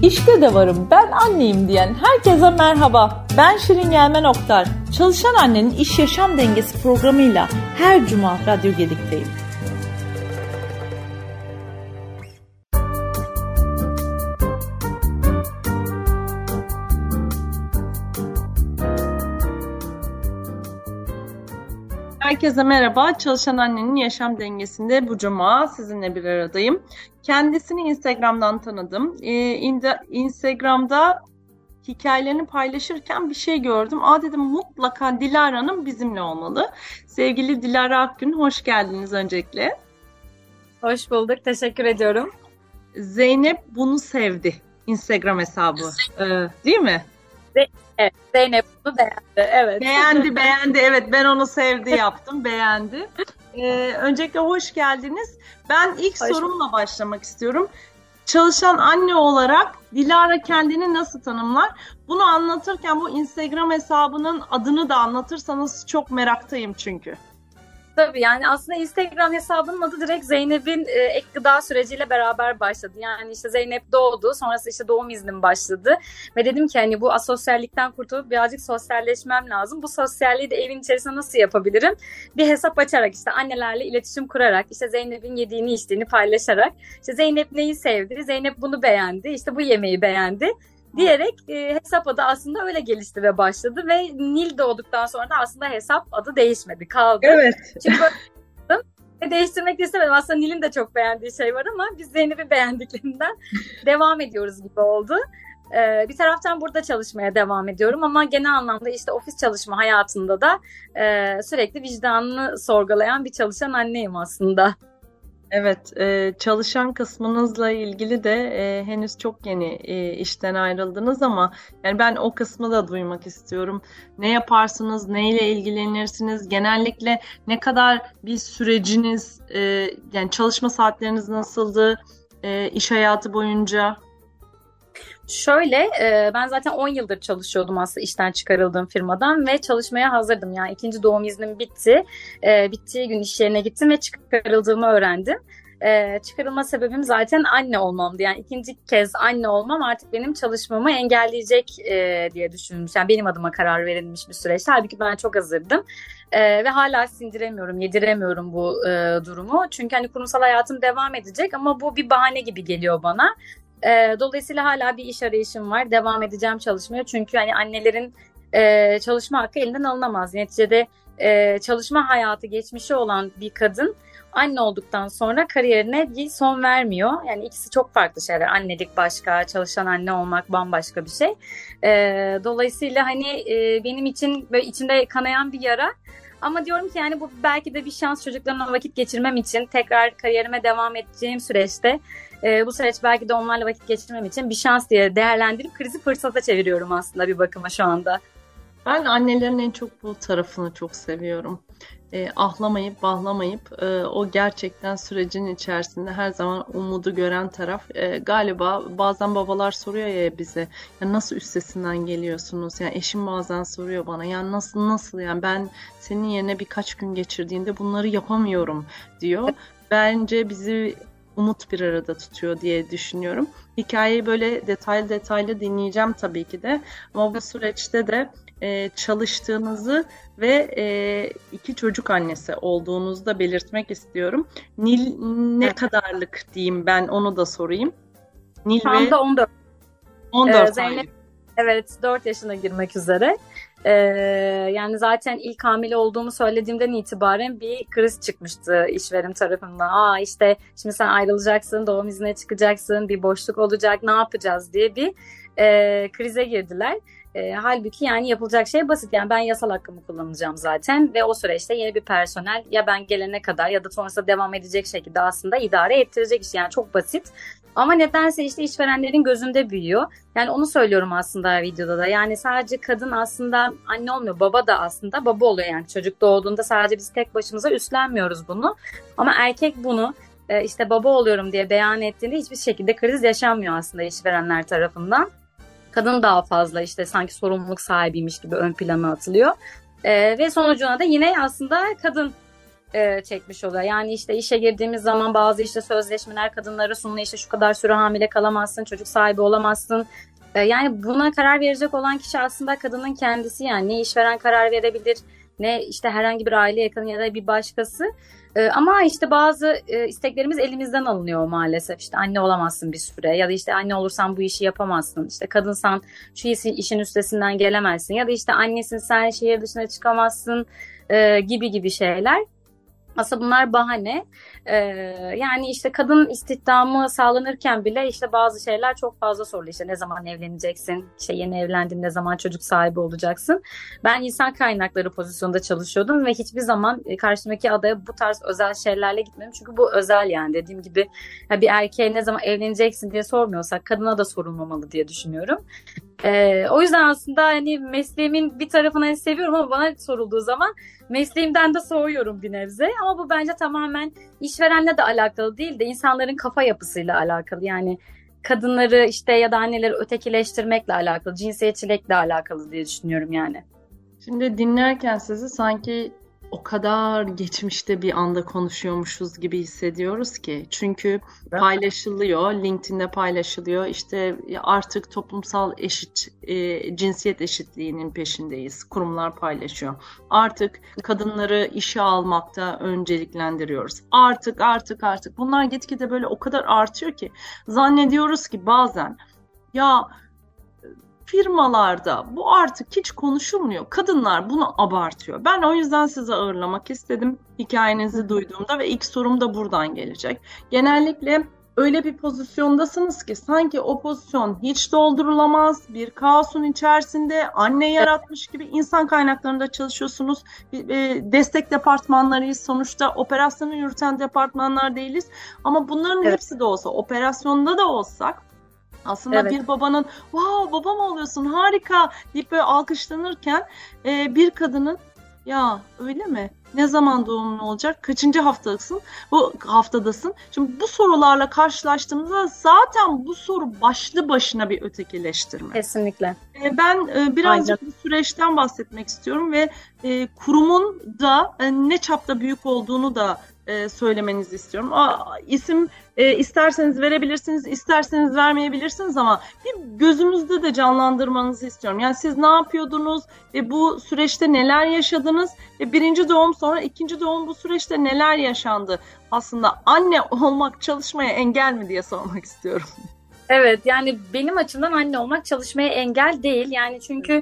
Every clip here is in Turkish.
İşte de varım, ben anneyim diyen herkese merhaba. Ben Şirin Gelmen Oktar. Çalışan Annenin İş Yaşam Dengesi programıyla her cuma Radyo Gedik'teyim. Herkese merhaba. Çalışan Annenin Yaşam Dengesi'nde bu cuma sizinle bir aradayım. Kendisini Instagram'dan tanıdım. Instagram'da hikayelerini paylaşırken bir şey gördüm. Dedim mutlaka Dilara Hanım bizimle olmalı. Sevgili Dilara Akgün, hoş geldiniz öncelikle. Hoş bulduk. Teşekkür ediyorum. Zeynep bunu sevdi. Instagram hesabı. Değil mi? Evet, Zeynep bunu beğendi. Evet. Beğendi. Evet, ben onu sevdi yaptım. Beğendi. Öncelikle hoş geldiniz. Ben ilk sorumla başlamak istiyorum. Çalışan anne olarak Dilara kendini nasıl tanımlar? Bunu anlatırken bu Instagram hesabının adını da anlatırsanız çok meraktayım çünkü. Tabii yani aslında Instagram hesabının adı direkt Zeynep'in ek gıda süreciyle beraber başladı. Yani işte Zeynep doğdu, sonrası işte doğum iznim başladı. Ve dedim ki hani bu asosyallikten kurtulup birazcık sosyalleşmem lazım. Bu sosyalliği de evin içerisinde nasıl yapabilirim? Bir hesap açarak işte annelerle iletişim kurarak, işte Zeynep'in yediğini içtiğini paylaşarak, işte Zeynep neyi sevdi, Zeynep bunu beğendi, işte bu yemeği beğendi diyerek hesap adı aslında öyle gelişti ve başladı ve Nil doğduktan sonra da aslında hesap adı değişmedi, kaldı. Evet. Çünkü böyle değiştirmek de istemedim. Aslında Nil'in de çok beğendiği şey var ama biz Zeynep'i beğendiklerinden devam ediyoruz gibi oldu. Bir taraftan burada çalışmaya devam ediyorum ama genel anlamda işte ofis çalışma hayatında da sürekli vicdanını sorgulayan bir çalışan anneyim aslında. Evet, çalışan kısmınızla ilgili de henüz çok yeni işten ayrıldınız ama yani ben o kısmı da duymak istiyorum. Ne yaparsınız, neyle ilgilenirsiniz, genellikle ne kadar bir süreciniz, yani çalışma saatleriniz nasıldı, iş hayatı boyunca? Şöyle, ben zaten 10 yıldır çalışıyordum aslında işten çıkarıldığım firmadan ve çalışmaya hazırdım. Yani ikinci doğum iznim bitti. Bittiği gün iş yerine gittim ve çıkarıldığımı öğrendim. Çıkarılma sebebim zaten anne olmamdı. Yani ikinci kez anne olmam artık benim çalışmamı engelleyecek diye düşünülmüş. Yani benim adıma karar verilmiş bir süreçti. Halbuki ben çok hazırdım. Ve hala sindiremiyorum, yediremiyorum bu durumu. Çünkü hani kurumsal hayatım devam edecek ama bu bir bahane gibi geliyor bana. Dolayısıyla hala bir iş arayışım var. Devam edeceğim çalışmaya. Çünkü hani annelerin çalışma hakkı elinden alınamaz. Neticede çalışma hayatı geçmişi olan bir kadın anne olduktan sonra kariyerine bir son vermiyor. Yani ikisi çok farklı şeyler. Annelik başka, çalışan anne olmak bambaşka bir şey. Dolayısıyla hani benim için böyle içimde kanayan bir yara. Ama diyorum ki yani bu belki de bir şans, çocuklarımla vakit geçirmem için, tekrar kariyerime devam edeceğim süreçte bu süreç belki de onlarla vakit geçirmem için bir şans diye değerlendirip krizi fırsata çeviriyorum aslında bir bakıma şu anda. Ben annelerin en çok bu tarafını çok seviyorum. Ahlamayıp bahlamayıp o gerçekten sürecin içerisinde her zaman umudu gören taraf. Galiba bazen babalar soruyor ya bize, ya nasıl üstesinden geliyorsunuz? Yani eşim bazen soruyor bana, ya nasıl yani ben senin yerine birkaç gün geçirdiğinde bunları yapamıyorum diyor. Bence bizi umut bir arada tutuyor diye düşünüyorum. Hikayeyi böyle detaylı dinleyeceğim tabii ki de. Ama bu süreçte de çalıştığınızı ve 2 çocuk annesi olduğunuzu da belirtmek istiyorum. Nil ne kadarlık diyeyim, ben onu da sorayım. Nil şu anda 14. 14 Zeynep, evet 4 yaşına girmek üzere. Yani zaten ilk hamile olduğumu söylediğimden itibaren bir kriz çıkmıştı işverenim tarafından. İşte şimdi sen ayrılacaksın, doğum iznine çıkacaksın, bir boşluk olacak, ne yapacağız diye bir krize girdiler. Halbuki yani yapılacak şey basit. Yani ben yasal hakkımı kullanacağım zaten ve o süreçte yeni bir personel ya ben gelene kadar ya da sonrasında devam edecek şekilde aslında idare ettirecek iş. Yani çok basit. Ama nedense işte işverenlerin gözünde büyüyor. Yani onu söylüyorum aslında videoda da. Yani sadece kadın aslında anne olmuyor. Baba da aslında baba oluyor yani. Çocuk doğduğunda sadece biz tek başımıza üstlenmiyoruz bunu. Ama erkek bunu işte baba oluyorum diye beyan ettiğinde hiçbir şekilde kriz yaşanmıyor aslında işverenler tarafından. Kadın daha fazla işte sanki sorumluluk sahibiymiş gibi ön plana atılıyor. Ve sonucuna da yine aslında kadın çekmiş oluyor. Yani işte işe girdiğimiz zaman bazı işte sözleşmeler kadınlara sunuluyor. İşte şu kadar süre hamile kalamazsın, çocuk sahibi olamazsın. Yani buna karar verecek olan kişi aslında kadının kendisi, yani ne işveren karar verebilir, ne işte herhangi bir aile yakını ya da bir başkası. Ama işte bazı isteklerimiz elimizden alınıyor maalesef. İşte anne olamazsın bir süre, ya da işte anne olursan bu işi yapamazsın. İşte kadınsan şu işin üstesinden gelemezsin, ya da işte annesin sen şehir dışına çıkamazsın gibi şeyler. Aslında bunlar bahane. Yani işte kadın istihdamı sağlanırken bile işte bazı şeyler çok fazla soruluyor. İşte ne zaman evleneceksin? İşte yeni evlendin, ne zaman çocuk sahibi olacaksın? Ben insan kaynakları pozisyonunda çalışıyordum ve hiçbir zaman karşımdaki adaya bu tarz özel şeylerle gitmedim. Çünkü bu özel, yani dediğim gibi bir erkeğe ne zaman evleneceksin diye sormuyorsak kadına da sorulmamalı diye düşünüyorum. O yüzden aslında hani mesleğimin bir tarafını hani seviyorum ama bana sorulduğu zaman mesleğimden de soğuyorum bir nebze. Ama bu bence tamamen işverenle de alakalı değil de insanların kafa yapısıyla alakalı. Yani kadınları işte ya da anneleri ötekileştirmekle alakalı, cinsiyetçilikle alakalı diye düşünüyorum yani. Şimdi dinlerken sizi sanki o kadar geçmişte bir anda konuşuyormuşuz gibi hissediyoruz ki. Çünkü paylaşılıyor, LinkedIn'de paylaşılıyor. İşte artık toplumsal cinsiyet eşitliğinin peşindeyiz. Kurumlar paylaşıyor. Artık kadınları işe almakta önceliklendiriyoruz. Artık. Bunlar gitgide böyle o kadar artıyor ki zannediyoruz ki bazen ya firmalarda bu artık hiç konuşulmuyor. Kadınlar bunu abartıyor. Ben o yüzden sizi ağırlamak istedim hikayenizi duyduğumda ve ilk sorum da buradan gelecek. Genellikle öyle bir pozisyondasınız ki sanki o pozisyon hiç doldurulamaz, bir kaosun içerisinde anne yaratmış gibi. İnsan kaynaklarında çalışıyorsunuz. Destek departmanlarıyız. Sonuçta operasyonu yürüten departmanlar değiliz. Ama bunların hepsi de olsa, operasyonda da olsak aslında bir babanın "Wow, baba mı oluyorsun, harika" deyip böyle alkışlanırken bir kadının "Ya öyle mi? Ne zaman doğumun olacak? Kaçıncı haftadasın?" Şimdi bu sorularla karşılaştığımızda zaten bu soru başlı başına bir ötekileştirme. Kesinlikle. Ben birazcık bu süreçten bahsetmek istiyorum ve kurumun da ne çapta büyük olduğunu da söylemenizi istiyorum. İsim isterseniz verebilirsiniz, isterseniz vermeyebilirsiniz ama bir gözümüzde de canlandırmanızı istiyorum. Yani siz ne yapıyordunuz ve bu süreçte neler yaşadınız ve birinci doğum sonra ikinci doğum bu süreçte neler yaşandı? Aslında anne olmak çalışmaya engel mi diye sormak istiyorum. Evet, yani benim açımdan anne olmak çalışmaya engel değil. Yani çünkü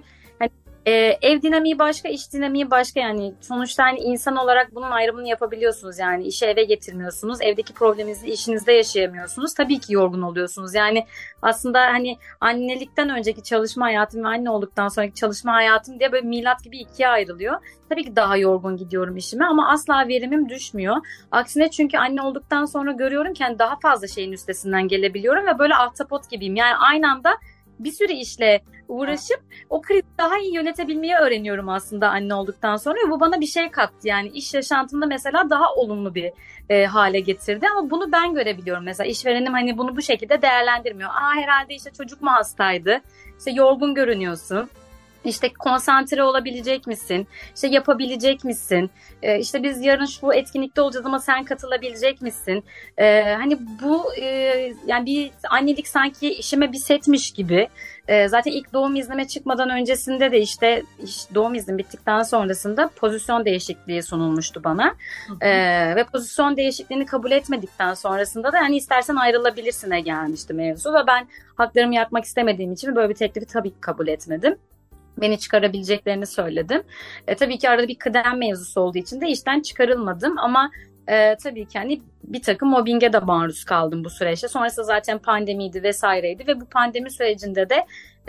ev dinamiği başka, iş dinamiği başka. Yani sonuçta hani insan olarak bunun ayrımını yapabiliyorsunuz. Yani işi eve getirmiyorsunuz. Evdeki probleminizi işinizde yaşayamıyorsunuz. Tabii ki yorgun oluyorsunuz. Yani aslında hani annelikten önceki çalışma hayatım ve anne olduktan sonraki çalışma hayatım diye böyle milat gibi ikiye ayrılıyor. Tabii ki daha yorgun gidiyorum işime ama asla verimim düşmüyor. Aksine, çünkü anne olduktan sonra görüyorum ki yani daha fazla şeyin üstesinden gelebiliyorum ve böyle ahtapot gibiyim. Yani aynı anda bir sürü işle uğraşıp o krizi daha iyi yönetebilmeyi öğreniyorum aslında anne olduktan sonra. Ve bu bana bir şey kattı. Yani iş yaşantımda mesela daha olumlu bir hale getirdi. Ama bunu ben görebiliyorum. Mesela işverenim hani bunu bu şekilde değerlendirmiyor. Herhalde işte çocuk mu hastaydı? İşte yorgun görünüyorsun. İşte konsantre olabilecek misin? İşte yapabilecek misin? İşte biz yarın şu etkinlikte olacağız ama sen katılabilecek misin? Hani bu yani bir annelik sanki işime bir setmiş gibi. Zaten ilk doğum iznime çıkmadan öncesinde de işte doğum iznim bittikten sonrasında pozisyon değişikliği sunulmuştu bana. Ve pozisyon değişikliğini kabul etmedikten sonrasında da yani istersen ayrılabilirsine gelmişti mevzu. Ve ben haklarımı yakmak istemediğim için böyle bir teklifi tabii ki kabul etmedim. Beni çıkarabileceklerini söyledim. Tabii ki arada bir kıdem mevzusu olduğu için de işten çıkarılmadım ama tabii ki hani bir takım mobbinge de maruz kaldım bu süreçte. Sonrasında zaten pandemiydi vesaireydi ve bu pandemi sürecinde de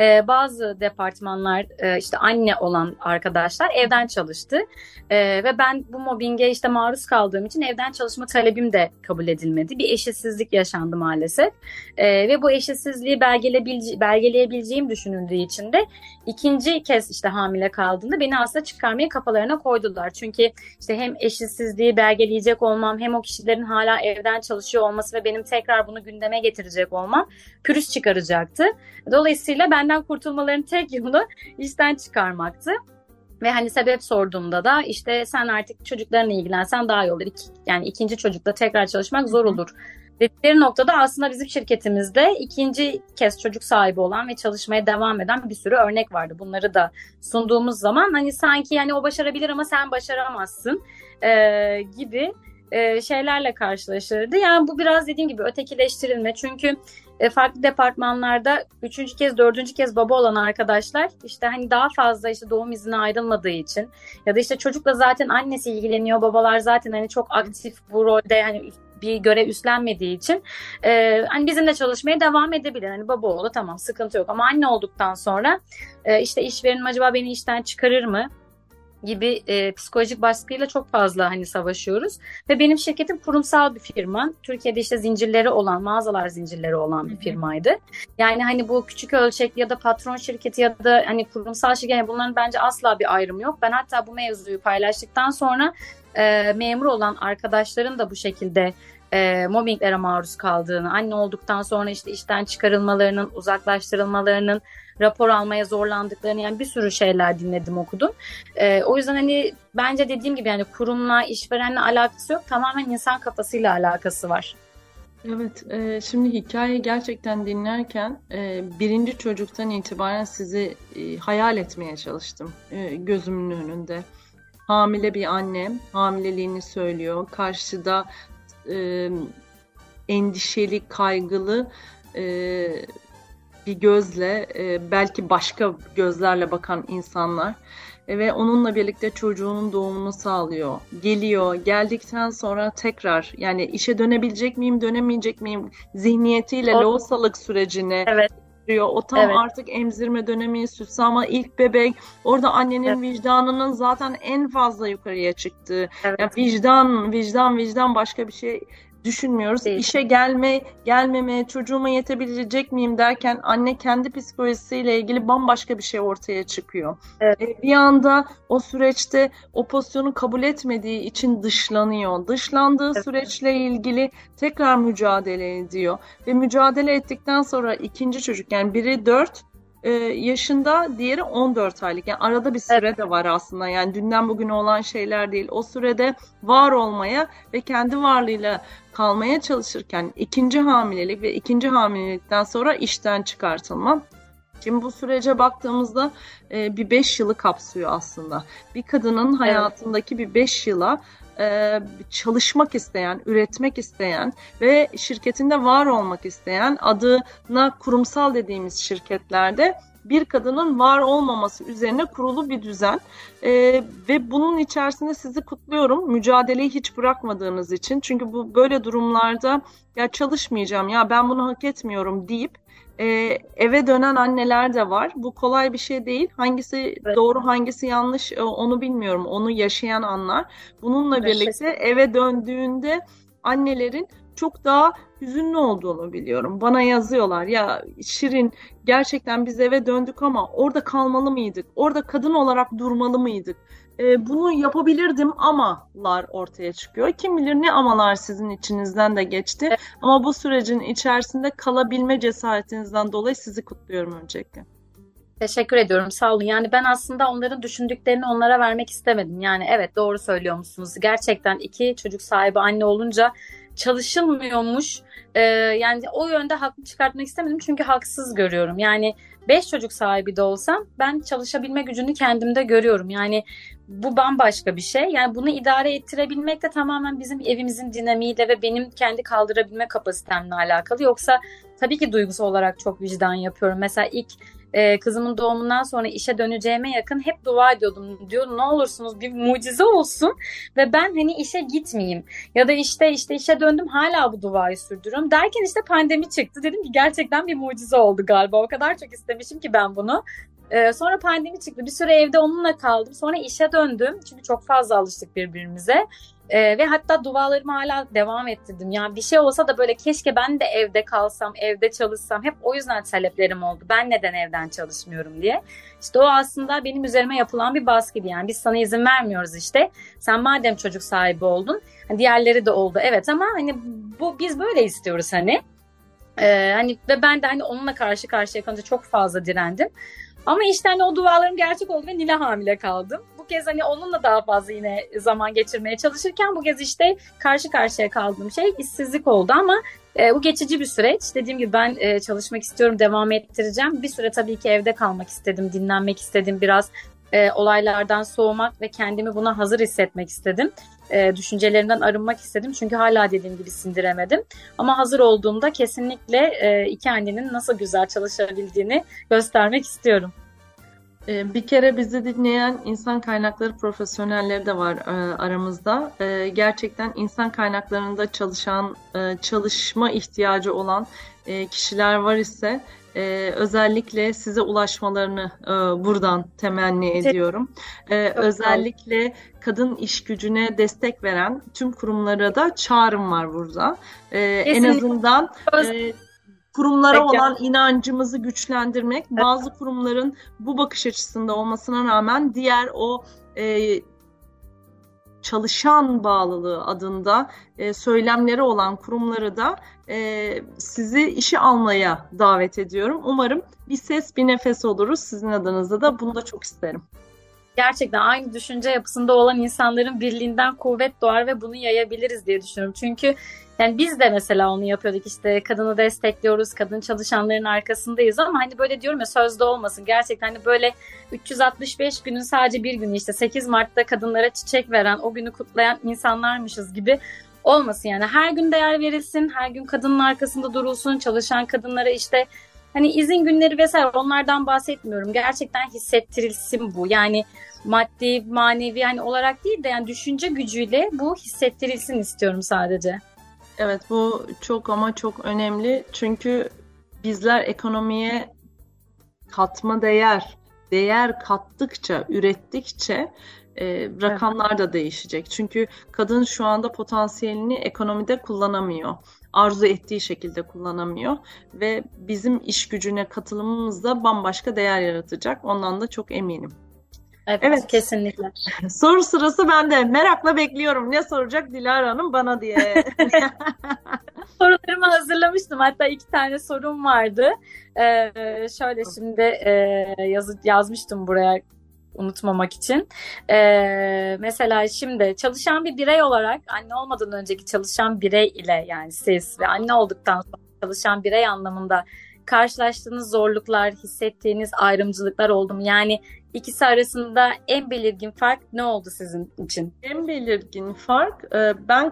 bazı departmanlar işte anne olan arkadaşlar evden çalıştı. Ve ben bu mobbinge işte maruz kaldığım için evden çalışma talebim de kabul edilmedi. Bir eşitsizlik yaşandı maalesef. Ve bu eşitsizliği belgeleyebileceğim düşünüldüğü için de ikinci kez işte hamile kaldığında beni aslında çıkarmaya kafalarına koydular. Çünkü işte hem eşitsizliği belgeleyecek olmam, hem o kişilerin hala evden çalışıyor olması ve benim tekrar bunu gündeme getirecek olmam pürüz çıkaracaktı. Dolayısıyla benden kurtulmaların tek yolu işten çıkarmaktı. Ve hani sebep sorduğumda da işte sen artık çocuklarına ilgilensen daha iyi olur. Yani ikinci çocukla tekrar çalışmak zor olur dedikleri noktada aslında bizim şirketimizde ikinci kez çocuk sahibi olan ve çalışmaya devam eden bir sürü örnek vardı. Bunları da sunduğumuz zaman hani sanki yani o başarabilir ama sen başaramazsın gibi şeylerle karşılaşırdı. Yani bu biraz dediğim gibi ötekileştirilme. Çünkü farklı departmanlarda üçüncü kez, dördüncü kez baba olan arkadaşlar işte hani daha fazla işte doğum iznine ayrılmadığı için ya da işte çocukla zaten annesi ilgileniyor, babalar zaten hani çok aktif bu rolde hani bir görev üstlenmediği için hani bizimle çalışmaya devam edebilir. Hani baba oğlu tamam sıkıntı yok ama anne olduktan sonra işte işverenim acaba beni işten çıkarır mı gibi psikolojik baskıyla çok fazla hani savaşıyoruz. Ve benim şirketim kurumsal bir firma. Türkiye'de işte zincirleri olan, mağazalar zincirleri olan bir firmaydı. Yani hani bu küçük ölçekli ya da patron şirketi ya da hani kurumsal şirket, yani bunların bence asla bir ayrımı yok. Ben hatta bu mevzuyu paylaştıktan sonra memur olan arkadaşların da bu şekilde mobbinglere maruz kaldığını, anne olduktan sonra işte işten çıkarılmalarının, uzaklaştırılmalarının, rapor almaya zorlandıklarını, yani bir sürü şeyler dinledim, okudum. O yüzden hani bence dediğim gibi yani kurumla, işverenle alakası yok. Tamamen insan kafasıyla alakası var. Evet, şimdi hikayeyi gerçekten dinlerken birinci çocuktan itibaren sizi hayal etmeye çalıştım gözümün önünde. Hamile bir anne hamileliğini söylüyor. Karşıda endişeli, kaygılı bir gözle, belki başka gözlerle bakan insanlar ve onunla birlikte çocuğunun doğumunu sağlıyor. Geliyor, geldikten sonra tekrar yani işe dönebilecek miyim, dönemeyecek miyim zihniyetiyle lohusalık sürecine giriyor. O tam artık emzirme dönemi, süt sağma, ilk bebek. Orada annenin vicdanının zaten en fazla yukarıya çıktığı. Yani vicdan başka bir şey düşünmüyoruz. Değil. İşe gelmeme, çocuğuma yetebilecek miyim derken anne kendi psikolojisiyle ilgili bambaşka bir şey ortaya çıkıyor. Evet. Bir anda o süreçte o pozisyonu kabul etmediği için dışlanıyor. Dışlandığı süreçle ilgili tekrar mücadele ediyor. Ve mücadele ettikten sonra ikinci çocuk, yani biri 4 yaşında, diğeri 14 aylık. Yani arada bir süre de var aslında. Yani dünden bugüne olan şeyler değil. O sürede var olmaya ve kendi varlığıyla kalmaya çalışırken ikinci hamilelik ve ikinci hamilelikten sonra işten çıkartılma. Şimdi bu sürece baktığımızda bir 5 yılı kapsıyor aslında. Bir kadının hayatındaki bir 5 yıla çalışmak isteyen, üretmek isteyen ve şirketinde var olmak isteyen, adına kurumsal dediğimiz şirketlerde bir kadının var olmaması üzerine kurulu bir düzen. Ve bunun içerisinde sizi kutluyorum. Mücadeleyi hiç bırakmadığınız için. Çünkü bu böyle durumlarda ya çalışmayacağım, ya ben bunu hak etmiyorum deyip eve dönen anneler de var. Bu kolay bir şey değil. Hangisi doğru, hangisi yanlış onu bilmiyorum. Onu yaşayan anlar. Bununla birlikte eve döndüğünde annelerin çok daha hüzünlü olduğunu biliyorum. Bana yazıyorlar, ya Şirin gerçekten biz eve döndük ama orada kalmalı mıydık? Orada kadın olarak durmalı mıydık? Bunu yapabilirdim amalar ortaya çıkıyor. Kim bilir ne amalar sizin içinizden de geçti. Ama bu sürecin içerisinde kalabilme cesaretinizden dolayı sizi kutluyorum öncelikle. Teşekkür ediyorum, sağ olun. Yani ben aslında onların düşündüklerini onlara vermek istemedim. Yani evet, doğru söylüyor musunuz? Gerçekten 2 çocuk sahibi anne olunca çalışılmıyormuş. Yani o yönde haklı çıkartmak istemedim çünkü haksız görüyorum. Yani 5 çocuk sahibi de olsam ben çalışabilme gücünü kendimde görüyorum. Yani bu bambaşka bir şey. Yani bunu idare ettirebilmek de tamamen bizim evimizin dinamiğiyle ve benim kendi kaldırabilme kapasitemle alakalı. Yoksa tabii ki duygusal olarak çok vicdan yapıyorum. Mesela ilk kızımın doğumundan sonra işe döneceğime yakın hep dua ediyordum. Diyordum ne olursunuz bir mucize olsun ve ben hani işe gitmeyeyim. Ya da işte işe döndüm, hala bu duayı sürdürüyorum. Derken işte pandemi çıktı. Dedim ki gerçekten bir mucize oldu galiba. O kadar çok istemişim ki ben bunu. Sonra pandemi çıktı. Bir süre evde onunla kaldım. Sonra işe döndüm. Çünkü çok fazla alıştık birbirimize. Ve hatta dualarımı hala devam ettirdim. Yani bir şey olsa da böyle keşke ben de evde kalsam, evde çalışsam. Hep o yüzden taleplerim oldu. Ben neden evden çalışmıyorum diye. İşte o aslında benim üzerime yapılan bir baskıydı. Yani biz sana izin vermiyoruz işte. Sen madem çocuk sahibi oldun, diğerleri de oldu. Evet ama hani biz böyle istiyoruz hani. Hani ve ben de hani onunla karşı karşıya kalınca çok fazla direndim. Ama işte hani o dualarım gerçek oldu ve Nil'e hamile kaldım. Bu kez hani onunla daha fazla yine zaman geçirmeye çalışırken bu kez işte karşı karşıya kaldığım şey işsizlik oldu ama bu geçici bir süreç. Dediğim gibi ben çalışmak istiyorum, devam ettireceğim. Bir süre tabii ki evde kalmak istedim, dinlenmek istedim, biraz olaylardan soğumak ve kendimi buna hazır hissetmek istedim. Düşüncelerimden arınmak istedim çünkü hala dediğim gibi sindiremedim. Ama hazır olduğumda kesinlikle iki annenin nasıl güzel çalışabildiğini göstermek istiyorum. Bir kere bizi dinleyen insan kaynakları profesyonelleri de var aramızda. Gerçekten insan kaynaklarında çalışan, çalışma ihtiyacı olan kişiler var ise özellikle size ulaşmalarını buradan temenni ediyorum. Özellikle kadın iş gücüne destek veren tüm kurumlara da çağrım var burada. En azından kurumlara olan inancımızı güçlendirmek, bazı kurumların bu bakış açısında olmasına rağmen diğer o çalışan bağlılığı adında söylemleri olan kurumları da sizi işe almaya davet ediyorum. Umarım bir ses bir nefes oluruz sizin adınıza da, bunu da çok isterim. Gerçekten aynı düşünce yapısında olan insanların birliğinden kuvvet doğar ve bunu yayabiliriz diye düşünüyorum. Çünkü yani biz de mesela onu yapıyorduk, işte kadını destekliyoruz, kadın çalışanların arkasındayız ama hani böyle diyorum ya, sözde olmasın. Gerçekten hani böyle 365 günün sadece bir günü, işte 8 Mart'ta kadınlara çiçek veren, o günü kutlayan insanlarmışız gibi olmasın. Yani her gün değer verilsin, her gün kadının arkasında durulsun, çalışan kadınlara işte hani izin günleri vesaire, onlardan bahsetmiyorum. Gerçekten hissettirilsin bu. Yani maddi, manevi hani olarak değil de yani düşünce gücüyle bu hissettirilsin istiyorum sadece. Evet, bu çok ama çok önemli. Çünkü bizler ekonomiye katma değer kattıkça, ürettikçe rakamlar da değişecek. Çünkü kadın şu anda potansiyelini ekonomide kullanamıyor. Arzu ettiği şekilde kullanamıyor ve bizim iş gücüne katılımımız da bambaşka değer yaratacak. Ondan da çok eminim. Evet, kesinlikle. Soru sırası bende. Merakla bekliyorum. Ne soracak Dilara Hanım bana diye. Sorularımı hazırlamıştım. Hatta 2 tane sorum vardı. Şöyle şimdi yazmıştım buraya unutmamak için. Mesela şimdi çalışan bir birey olarak, anne olmadan önceki çalışan birey ile, yani siz ve anne olduktan sonra çalışan birey anlamında karşılaştığınız zorluklar, hissettiğiniz ayrımcılıklar oldu mu? Yani ikisi arasında en belirgin fark ne oldu sizin için? En belirgin fark, ben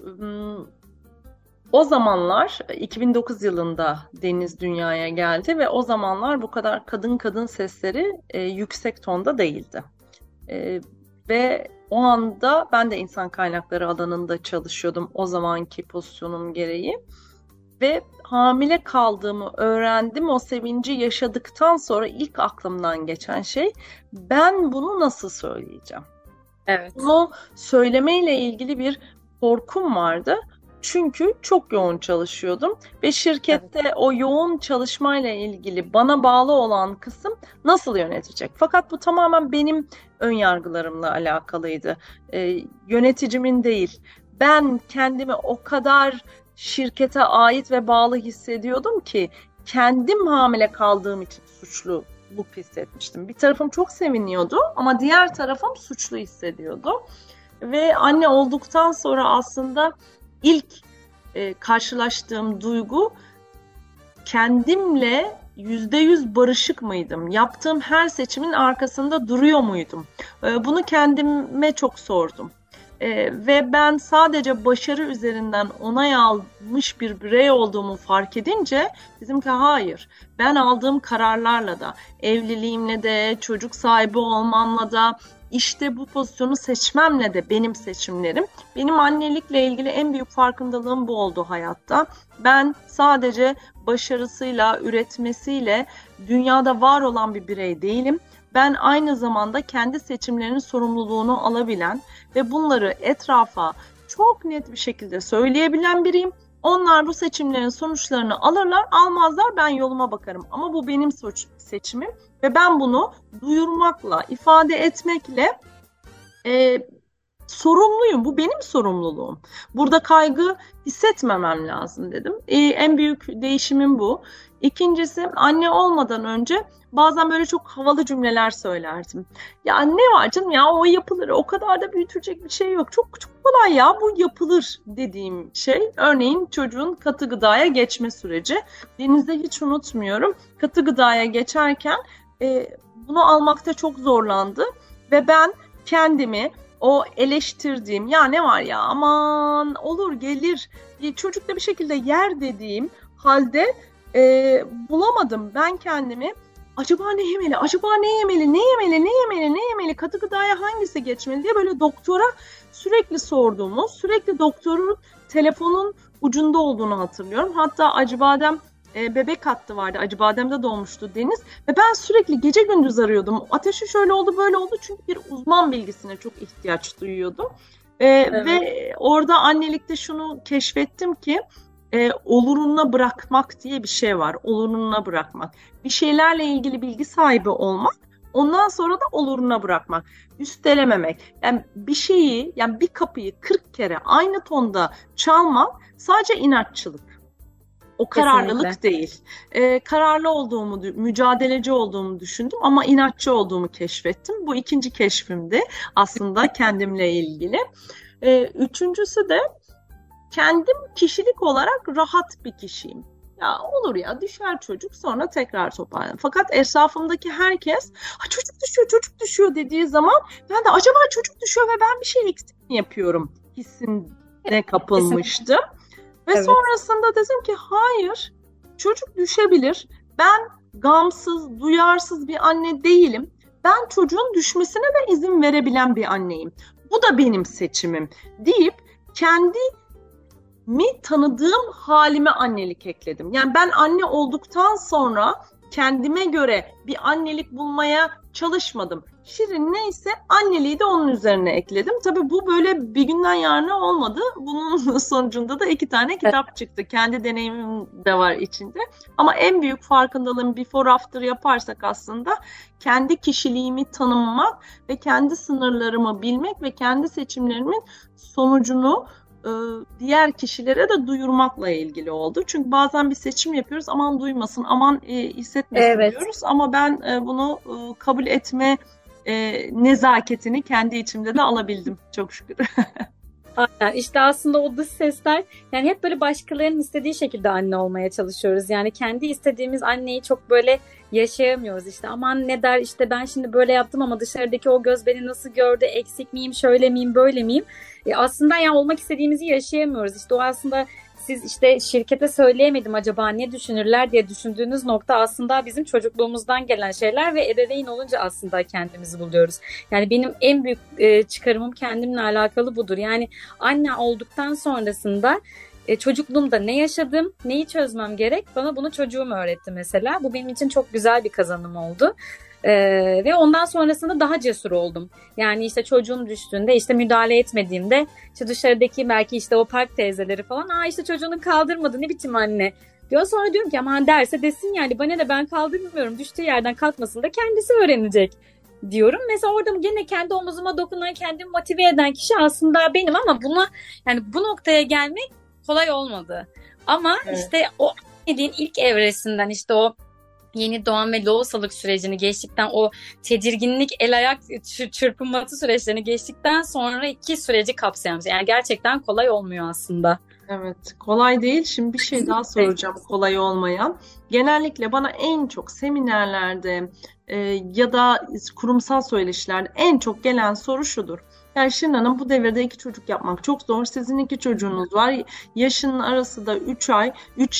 o zamanlar 2009 yılında Deniz dünyaya geldi ve o zamanlar bu kadar kadın sesleri yüksek tonda değildi. Ve o anda ben de insan kaynakları alanında çalışıyordum o zamanki pozisyonum gereği. Ve hamile kaldığımı öğrendim. O sevinci yaşadıktan sonra ilk aklımdan geçen şey, ben bunu nasıl söyleyeceğim? Evet. Bunu söylemeyle ilgili bir korkum vardı. Çünkü çok yoğun çalışıyordum ve şirkette o yoğun çalışmayla ilgili bana bağlı olan kısım nasıl yönetecek? Fakat bu tamamen benim ön yargılarımla alakalıydı. Yöneticimin değil. Ben kendimi o kadar şirkete ait ve bağlı hissediyordum ki kendim hamile kaldığım için suçluluk hissetmiştim. Bir tarafım çok seviniyordu ama diğer tarafım suçlu hissediyordu. Ve anne olduktan sonra aslında ilk karşılaştığım duygu, kendimle %100 barışık mıydım? Yaptığım her seçimin arkasında duruyor muydum? Bunu kendime çok sordum. Ve ben sadece başarı üzerinden onay almış bir birey olduğumu fark edince dedim ki hayır, ben aldığım kararlarla da, evliliğimle de, çocuk sahibi olmamla da, işte bu pozisyonu seçmemle de benim seçimlerim. Benim annelikle ilgili en büyük farkındalığım bu oldu hayatta. Ben sadece başarısıyla, üretmesiyle dünyada var olan bir birey değilim. Ben aynı zamanda kendi seçimlerinin sorumluluğunu alabilen ve bunları etrafa çok net bir şekilde söyleyebilen biriyim. Onlar bu seçimlerin sonuçlarını alırlar, almazlar, ben yoluma bakarım. Ama bu benim seçimim ve ben bunu duyurmakla, ifade etmekle sorumluyum. Bu benim sorumluluğum. Burada kaygı hissetmemem lazım dedim. En büyük değişimim bu. İkincisi, anne olmadan önce bazen böyle çok havalı cümleler söylerdim. Ya ne var canım, ya o yapılır, o kadar da büyütecek bir şey yok. Çok çok kolay ya, bu yapılır dediğim şey. Örneğin çocuğun katı gıdaya geçme süreci. Denizde hiç unutmuyorum. Katı gıdaya geçerken bunu almakta çok zorlandı ve ben kendimi o eleştirdiğim, ya ne var ya, aman olur gelir, çocuk da bir şekilde yer dediğim halde bulamadım. Ben kendimi acaba ne yemeli, acaba ne yemeli, ne yemeli, ne yemeli, ne yemeli, katı gıdaya hangisi geçmeli diye böyle doktora sürekli sorduğumuz, sürekli doktorun telefonun ucunda olduğunu hatırlıyorum. Hatta Acıbadem bebek hattı vardı. Acıbadem'de doğmuştu Deniz ve ben sürekli gece gündüz arıyordum. Ateşi şöyle oldu, böyle oldu, çünkü bir uzman bilgisine çok ihtiyaç duyuyordum. Evet. Ve orada annelikte şunu keşfettim ki oluruna bırakmak diye bir şey var. Oluruna bırakmak. Bir şeylerle ilgili bilgi sahibi olmak, ondan sonra da oluruna bırakmak. Üstelememek. Yani bir şeyi, yani bir kapıyı 40 kere aynı tonda çalmak sadece inatçılık. O kararlılık kesinlikle değil. Kararlı olduğumu, mücadeleci olduğumu düşündüm ama inatçı olduğumu keşfettim. Bu ikinci keşfimdi aslında kendimle ilgili. Üçüncüsü de kendim kişilik olarak rahat bir kişiyim. Ya olur ya, düşer çocuk, sonra tekrar toparlanır. Fakat etrafımdaki herkes çocuk düşüyor, çocuk düşüyor dediği zaman ben de acaba çocuk düşüyor ve ben bir şey eksik mi yapıyorum hissine kapılmıştım. Ve evet, sonrasında dedim ki hayır, çocuk düşebilir. Ben gamsız, duyarsız bir anne değilim. Ben çocuğun düşmesine de izin verebilen bir anneyim. Bu da benim seçimim deyip kendimi tanıdığım halime annelik ekledim. Yani ben anne olduktan sonra kendime göre bir annelik bulmaya çalışmadım. Şirin neyse anneliği de onun üzerine ekledim. Tabii bu böyle bir günden yarına olmadı. Bunun sonucunda da 2 tane kitap çıktı. Kendi deneyimim de var içinde. Ama en büyük farkındalığım before after yaparsak aslında kendi kişiliğimi tanımlamak ve kendi sınırlarımı bilmek ve kendi seçimlerimin sonucunu diğer kişilere de duyurmakla ilgili oldu. Çünkü bazen bir seçim yapıyoruz, aman duymasın, aman hissetmesin evet, diyoruz. Ama ben bunu kabul etme nezaketini kendi içimde de alabildim çok şükür. Aynen. İşte aslında o dış sesler, yani hep böyle başkalarının istediği şekilde anne olmaya çalışıyoruz. Yani kendi istediğimiz anneyi çok böyle yaşayamıyoruz. İşte aman ne der, işte ben şimdi böyle yaptım ama dışarıdaki o göz beni nasıl gördü, eksik miyim, şöyle miyim, böyle miyim? Aslında yani olmak istediğimizi yaşayamıyoruz. İşte o aslında siz işte şirkete söyleyemedim acaba ne düşünürler diye düşündüğünüz nokta aslında bizim çocukluğumuzdan gelen şeyler ve ebeveyn olunca aslında kendimizi buluyoruz. Yani benim en büyük çıkarımım kendimle alakalı budur. Yani anne olduktan sonrasında çocukluğumda ne yaşadım, neyi çözmem gerek, bana bunu çocuğum öğretti mesela. Bu benim için çok güzel bir kazanım oldu. Ve ondan sonrasında daha cesur oldum. Yani işte çocuğum düştüğünde işte müdahale etmediğimde işte dışarıdaki belki işte o park teyzeleri falan işte çocuğunu kaldırmadı ne biçim anne diyor. Sonra diyorum ki aman derse desin, yani bana ne, ben kaldırmıyorum, düştüğü yerden kalkmasını da kendisi öğrenecek diyorum. Mesela orada gene kendi omuzuma dokunan, kendimi motive eden kişi aslında benim ama buna, yani bu noktaya gelmek kolay olmadı. Ama evet, işte o dediğin ilk evresinden, işte o yeni doğan ve lohusalık sürecini geçtikten, o tedirginlik, el ayak çırpınması süreçlerini geçtikten sonraki süreci kapsayan, yani gerçekten kolay olmuyor aslında. Evet, kolay değil. Şimdi bir şey daha soracağım kolay olmayan. Genellikle bana en çok seminerlerde ya da kurumsal söyleşilerde en çok gelen soru şudur. Yani Şirin Hanım, bu devirde 2 çocuk yapmak çok zor. Sizin 2 çocuğunuz var. Yaşının arası da 3 ay,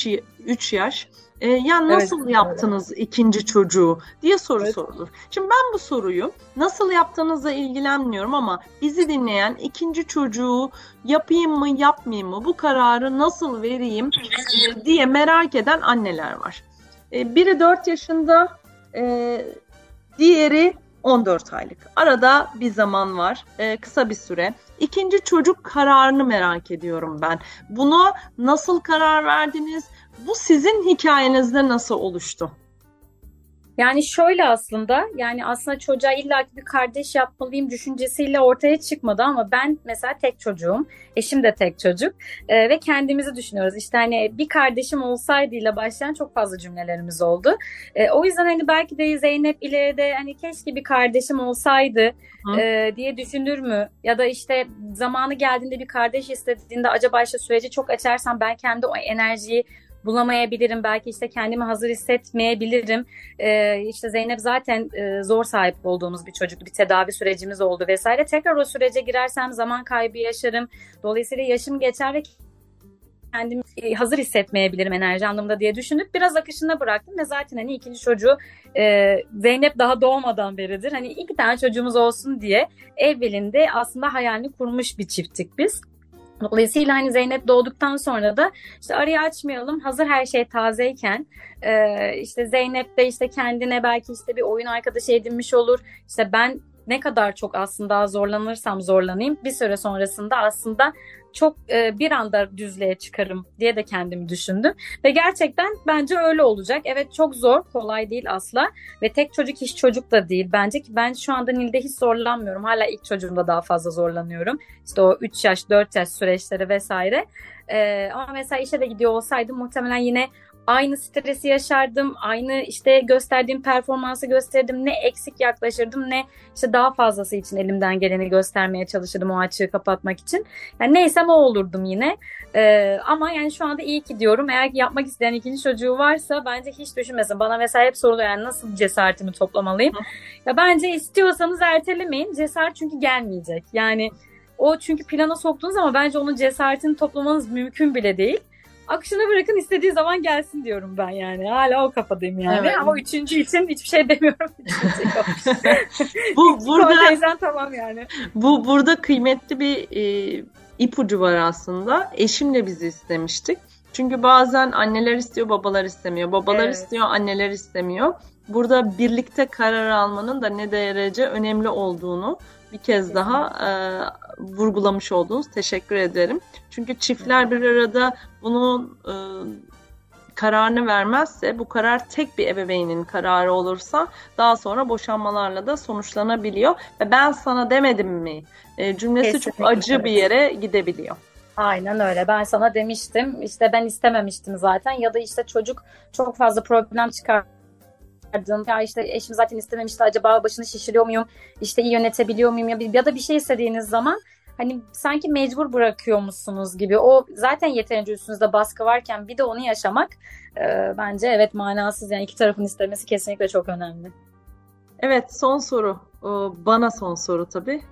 3 yaş. Ya nasıl evet, yaptınız ikinci çocuğu diye soru evet, sorulur. Şimdi ben bu soruyu nasıl yaptığınızla ilgilenmiyorum ama bizi dinleyen, ikinci çocuğu yapayım mı yapmayayım mı, bu kararı nasıl vereyim diye merak eden anneler var. Biri 4 yaşında, diğeri 14 aylık. Arada bir zaman var, kısa bir süre. İkinci çocuk kararını merak ediyorum ben. Buna nasıl karar verdiniz? Bu sizin hikayenizde nasıl oluştu? Yani şöyle aslında çocuğa illaki bir kardeş yapmalıyım düşüncesiyle ortaya çıkmadı ama ben mesela tek çocuğum, eşim de tek çocuk. Ve kendimizi düşünüyoruz. İşte hani bir kardeşim olsaydı ile başlayan çok fazla cümlelerimiz oldu. O yüzden hani belki de Zeynep ileride hani keşke bir kardeşim olsaydı Hı. diye düşünür mü? Ya da işte zamanı geldiğinde bir kardeş istediğinde acaba işte süreci çok açarsam ben kendi o enerjiyi bulamayabilirim. Belki işte kendimi hazır hissetmeyebilirim. İşte Zeynep zaten zor sahip olduğumuz bir çocuktu. Bir tedavi sürecimiz oldu vesaire. Tekrar o sürece girersem zaman kaybı yaşarım. Dolayısıyla yaşım geçer ve kendimi hazır hissetmeyebilirim enerji anlamında diye düşünüp biraz akışına bıraktım ve zaten hani ikinci çocuğu Zeynep daha doğmadan beridir. Hani 2 tane çocuğumuz olsun diye evvelinde aslında hayalini kurmuş bir çifttik biz. Dolayısıyla hani Zeynep doğduktan sonra da işte arayı açmayalım hazır her şey tazeyken işte Zeynep de işte kendine belki işte bir oyun arkadaşı edinmiş olur. İşte ben ne kadar çok aslında zorlanırsam zorlanayım bir süre sonrasında aslında çok bir anda düzlüğe çıkarım diye de kendimi düşündüm. Ve gerçekten bence öyle olacak. Evet çok zor, kolay değil asla. Ve tek çocuk hiç çocuk da değil. Bence ki ben şu anda Nil'de hiç zorlanmıyorum. Hala ilk çocuğumda daha fazla zorlanıyorum. İşte o 3 yaş, 4 yaş süreçleri vesaire. Ama mesela işe de gidiyor olsaydım muhtemelen yine aynı stresi yaşardım. Aynı işte gösterdiğim performansı gösterdim. Ne eksik yaklaşırdım ne işte daha fazlası için elimden geleni göstermeye çalışırdım o açığı kapatmak için. Yani neysem o olurdum yine. Ama yani şu anda iyi ki diyorum. Eğer ki yapmak isteyen ikinci çocuğu varsa bence hiç düşünmesin. Bana mesela hep soruluyor yani nasıl cesaretimi toplamalıyım? Ya bence istiyorsanız ertelemeyin. Cesaret çünkü gelmeyecek. Yani o çünkü plana soktuğunuz ama bence onun cesaretini toplamanız mümkün bile değil. Akışına bırakın istediği zaman gelsin diyorum ben yani. Hala o kafadayım yani. Evet. Ama üçüncü için hiçbir şey demiyorum. Bu burada Teyzen tamam yani. burada kıymetli bir ipucu var aslında. Eşimle bizi istemiştik. Çünkü bazen anneler istiyor, babalar istemiyor. Babalar Evet. istiyor, anneler istemiyor. Burada birlikte karar almanın da ne derece önemli olduğunu bir kez daha vurgulamış oldunuz. Teşekkür ederim. Çünkü çiftler bir arada bunun kararını vermezse, bu karar tek bir ebeveynin kararı olursa daha sonra boşanmalarla da sonuçlanabiliyor. Ve ben sana demedim mi cümlesi çok Kesinlikle, acı bir evet. yere gidebiliyor. Aynen öyle. Ben sana demiştim. İşte ben istememiştim zaten. Ya da işte çocuk çok fazla problem çıkardığında ya işte eşim zaten istememişti. Acaba başını şişiriyor muyum? İşte iyi yönetebiliyor muyum? Ya da bir şey istediğiniz zaman hani sanki mecbur bırakıyormuşsunuz gibi. O zaten yeterince üstünüzde baskı varken bir de onu yaşamak bence evet manasız. Yani iki tarafın istemesi kesinlikle çok önemli. Evet, son soru. Bana son soru tabii.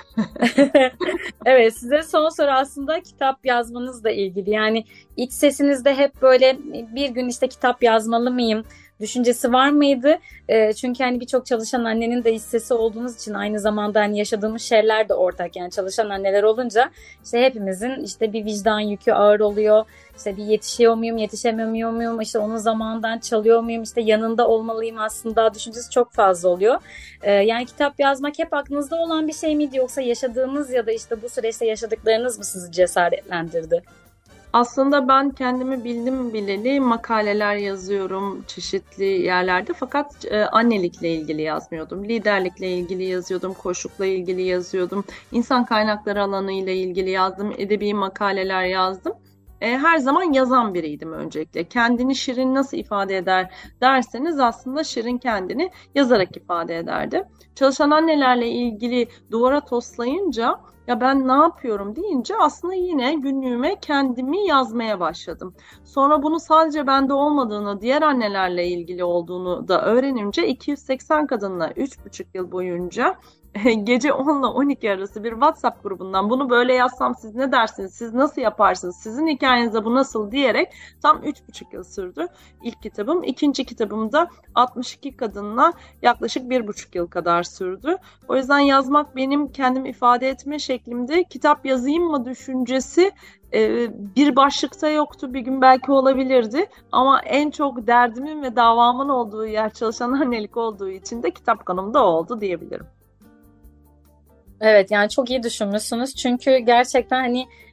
Evet, size son soru aslında kitap yazmanızla ilgili. Yani iç sesinizde hep böyle bir gün işte kitap yazmalı mıyım düşüncesi var mıydı? Çünkü hani birçok çalışan annenin de iç sesi olduğunuz için aynı zamanda hani yaşadığımız şeyler de ortak. Yani çalışan anneler olunca işte hepimizin işte bir vicdan yükü ağır oluyor. İşte bir yetişiyor muyum, yetişemiyor muyum? İşte onun zamanından çalıyor muyum? İşte yanında olmalıyım aslında düşüncesi çok fazla oluyor. Yani kitap yazmak hep aklınızda olan bir şey miydi yoksa yaşadığınız ya da işte bu süreçte yaşadıklarınız mı sizi cesaretlendirdi? Aslında ben kendimi bildim bileli makaleler yazıyorum çeşitli yerlerde fakat annelikle ilgili yazmıyordum. Liderlikle ilgili yazıyordum, koçlukla ilgili yazıyordum, insan kaynakları alanı ile ilgili yazdım, edebi makaleler yazdım. Her zaman yazan biriydim öncelikle. Kendini Şirin nasıl ifade eder derseniz aslında Şirin kendini yazarak ifade ederdi. Çalışan annelerle ilgili duvara toslayınca ya ben ne yapıyorum deyince aslında yine günlüğüme kendimi yazmaya başladım. Sonra bunu sadece bende olmadığını, diğer annelerle ilgili olduğunu da öğrenince 280 kadınla 3,5 yıl boyunca gece 10 ile 12 arası bir WhatsApp grubundan bunu böyle yazsam siz ne dersiniz, siz nasıl yaparsınız, sizin hikayenizde bu nasıl diyerek tam 3,5 yıl sürdü ilk kitabım. İkinci kitabım da 62 kadınla yaklaşık 1,5 yıl kadar sürdü. O yüzden yazmak benim kendimi ifade etme şeklimde, kitap yazayım mı düşüncesi bir başlıkta yoktu. Bir gün belki olabilirdi ama en çok derdimin ve davamın olduğu yer çalışan annelik olduğu için de kitap konumda oldu diyebilirim. Evet yani çok iyi düşünmüşsünüz çünkü gerçekten hani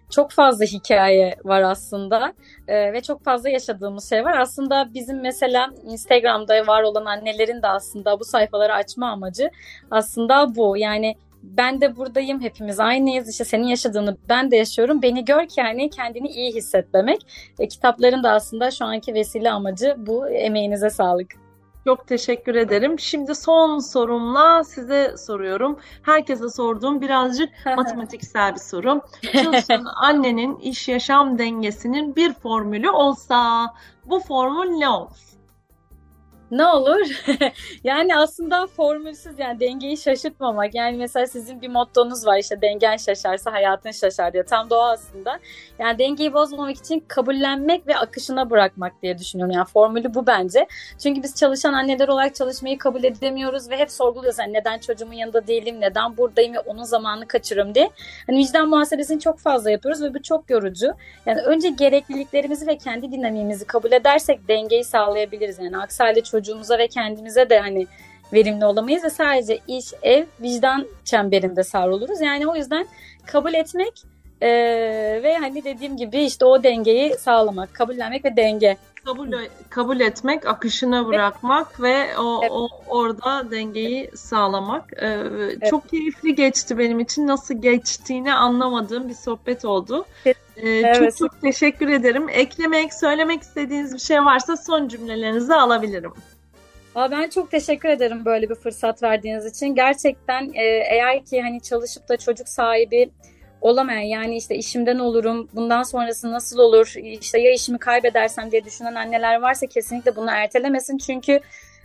çok fazla hikaye var aslında. Ve çok fazla yaşadığımız şey var. Aslında bizim mesela Instagram'da var olan annelerin de aslında bu sayfaları açma amacı aslında bu. Yani ben de buradayım, hepimiz aynıyız. İşte senin yaşadığını ben de yaşıyorum. Beni gör ki yani kendini iyi hisset demek. Kitapların da aslında şu anki vesile amacı bu. Emeğinize sağlık. Çok teşekkür ederim. Şimdi son sorumla size soruyorum. Herkese sorduğum birazcık matematiksel bir soru. Çalışan annenin iş yaşam dengesinin bir formülü olsa bu formül ne olur? Ne olur? Yani aslında formülsüz, yani dengeyi şaşırtmamak. Yani mesela sizin bir mottonuz var, işte dengen şaşarsa hayatın şaşar diye. Tam da o aslında. Yani dengeyi bozmamak için kabullenmek ve akışına bırakmak diye düşünüyorum. Yani formülü bu bence. Çünkü biz çalışan anneler olarak çalışmayı kabul edemiyoruz ve hep sorguluyoruz. Yani neden çocuğumun yanında değilim, neden buradayım ve onun zamanını kaçırıyorum diye. Hani vicdan muhasebesini çok fazla yapıyoruz ve bu çok yorucu. Yani önce gerekliliklerimizi ve kendi dinamiğimizi kabul edersek dengeyi sağlayabiliriz. Yani aksi halde çocuğumuza ve kendimize de hani verimli olamayız ve sadece iş, ev, vicdan çemberinde savruluruz. Yani o yüzden kabul etmek ve hani dediğim gibi işte o dengeyi sağlamak, kabullenmek ve denge. Kabul etmek, akışına bırakmak ve orada dengeyi sağlamak. Evet. Çok keyifli geçti benim için. Nasıl geçtiğini anlamadığım bir sohbet oldu. Evet. Çok teşekkür ederim. Eklemek, söylemek istediğiniz bir şey varsa son cümlelerinizi alabilirim. Ben çok teşekkür ederim böyle bir fırsat verdiğiniz için. Gerçekten eğer ki hani çalışıp da çocuk sahibi olamayan, yani işte işimden olurum, bundan sonrası nasıl olur, işte ya işimi kaybedersem diye düşünen anneler varsa kesinlikle bunu ertelemesin. Çünkü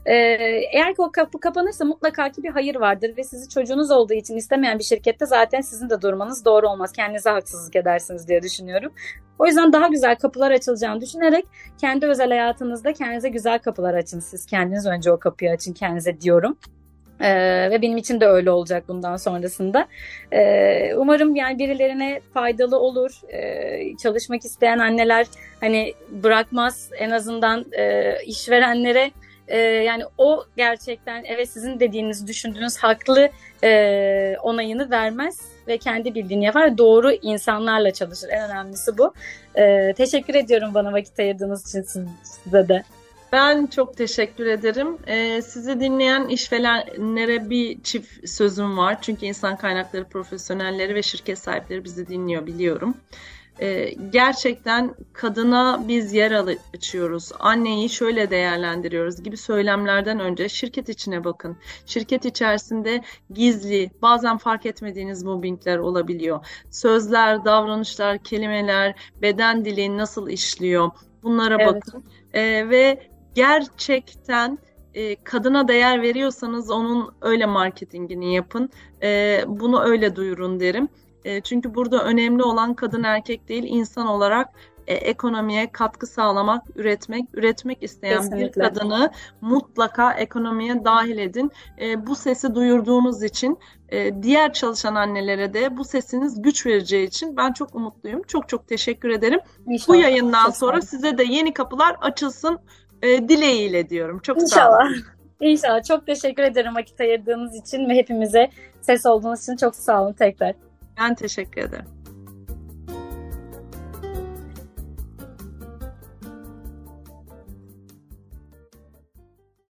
eğer ki o kapı kapanırsa mutlaka ki bir hayır vardır ve sizi çocuğunuz olduğu için istemeyen bir şirkette zaten sizin de durmanız doğru olmaz. Kendinize haksızlık edersiniz diye düşünüyorum. O yüzden daha güzel kapılar açılacağını düşünerek kendi özel hayatınızda kendinize güzel kapılar açın. Siz kendiniz önce o kapıyı açın kendinize diyorum. Ve benim için de öyle olacak bundan sonrasında. Umarım yani birilerine faydalı olur. Çalışmak isteyen anneler hani bırakmaz, en azından işverenlere yani o gerçekten evet sizin dediğiniz, düşündüğünüz haklı onayını vermez ve kendi bildiğini yapar. Doğru insanlarla çalışır. En önemlisi bu. Teşekkür ediyorum bana vakit ayırdığınız için size de. Ben çok teşekkür ederim. Sizi dinleyen işverenlere bir çift sözüm var. Çünkü insan kaynakları profesyonelleri ve şirket sahipleri bizi dinliyor, biliyorum. Gerçekten kadına biz yer açıyoruz, anneyi şöyle değerlendiriyoruz gibi söylemlerden önce şirket içine bakın. Şirket içerisinde gizli, bazen fark etmediğiniz mobbingler olabiliyor. Sözler, davranışlar, kelimeler, beden dili nasıl işliyor? Bunlara bakın. Ve gerçekten kadına değer veriyorsanız onun öyle marketingini yapın. Bunu öyle duyurun derim. Çünkü burada önemli olan kadın erkek değil, insan olarak ekonomiye katkı sağlamak, üretmek isteyen Kesinlikle. bir kadını mutlaka ekonomiye dahil edin. Bu sesi duyurduğunuz için diğer çalışan annelere de bu sesiniz güç vereceği için ben çok umutluyum. Çok çok teşekkür ederim. İnşallah. Bu yayından sonra size de yeni kapılar açılsın dileğiyle diyorum. Çok sağ olun. İnşallah. İnşallah. Çok teşekkür ederim vakit ayırdığınız için ve hepimize ses olduğunuz için çok sağ olun tekrar. Ben teşekkür ederim.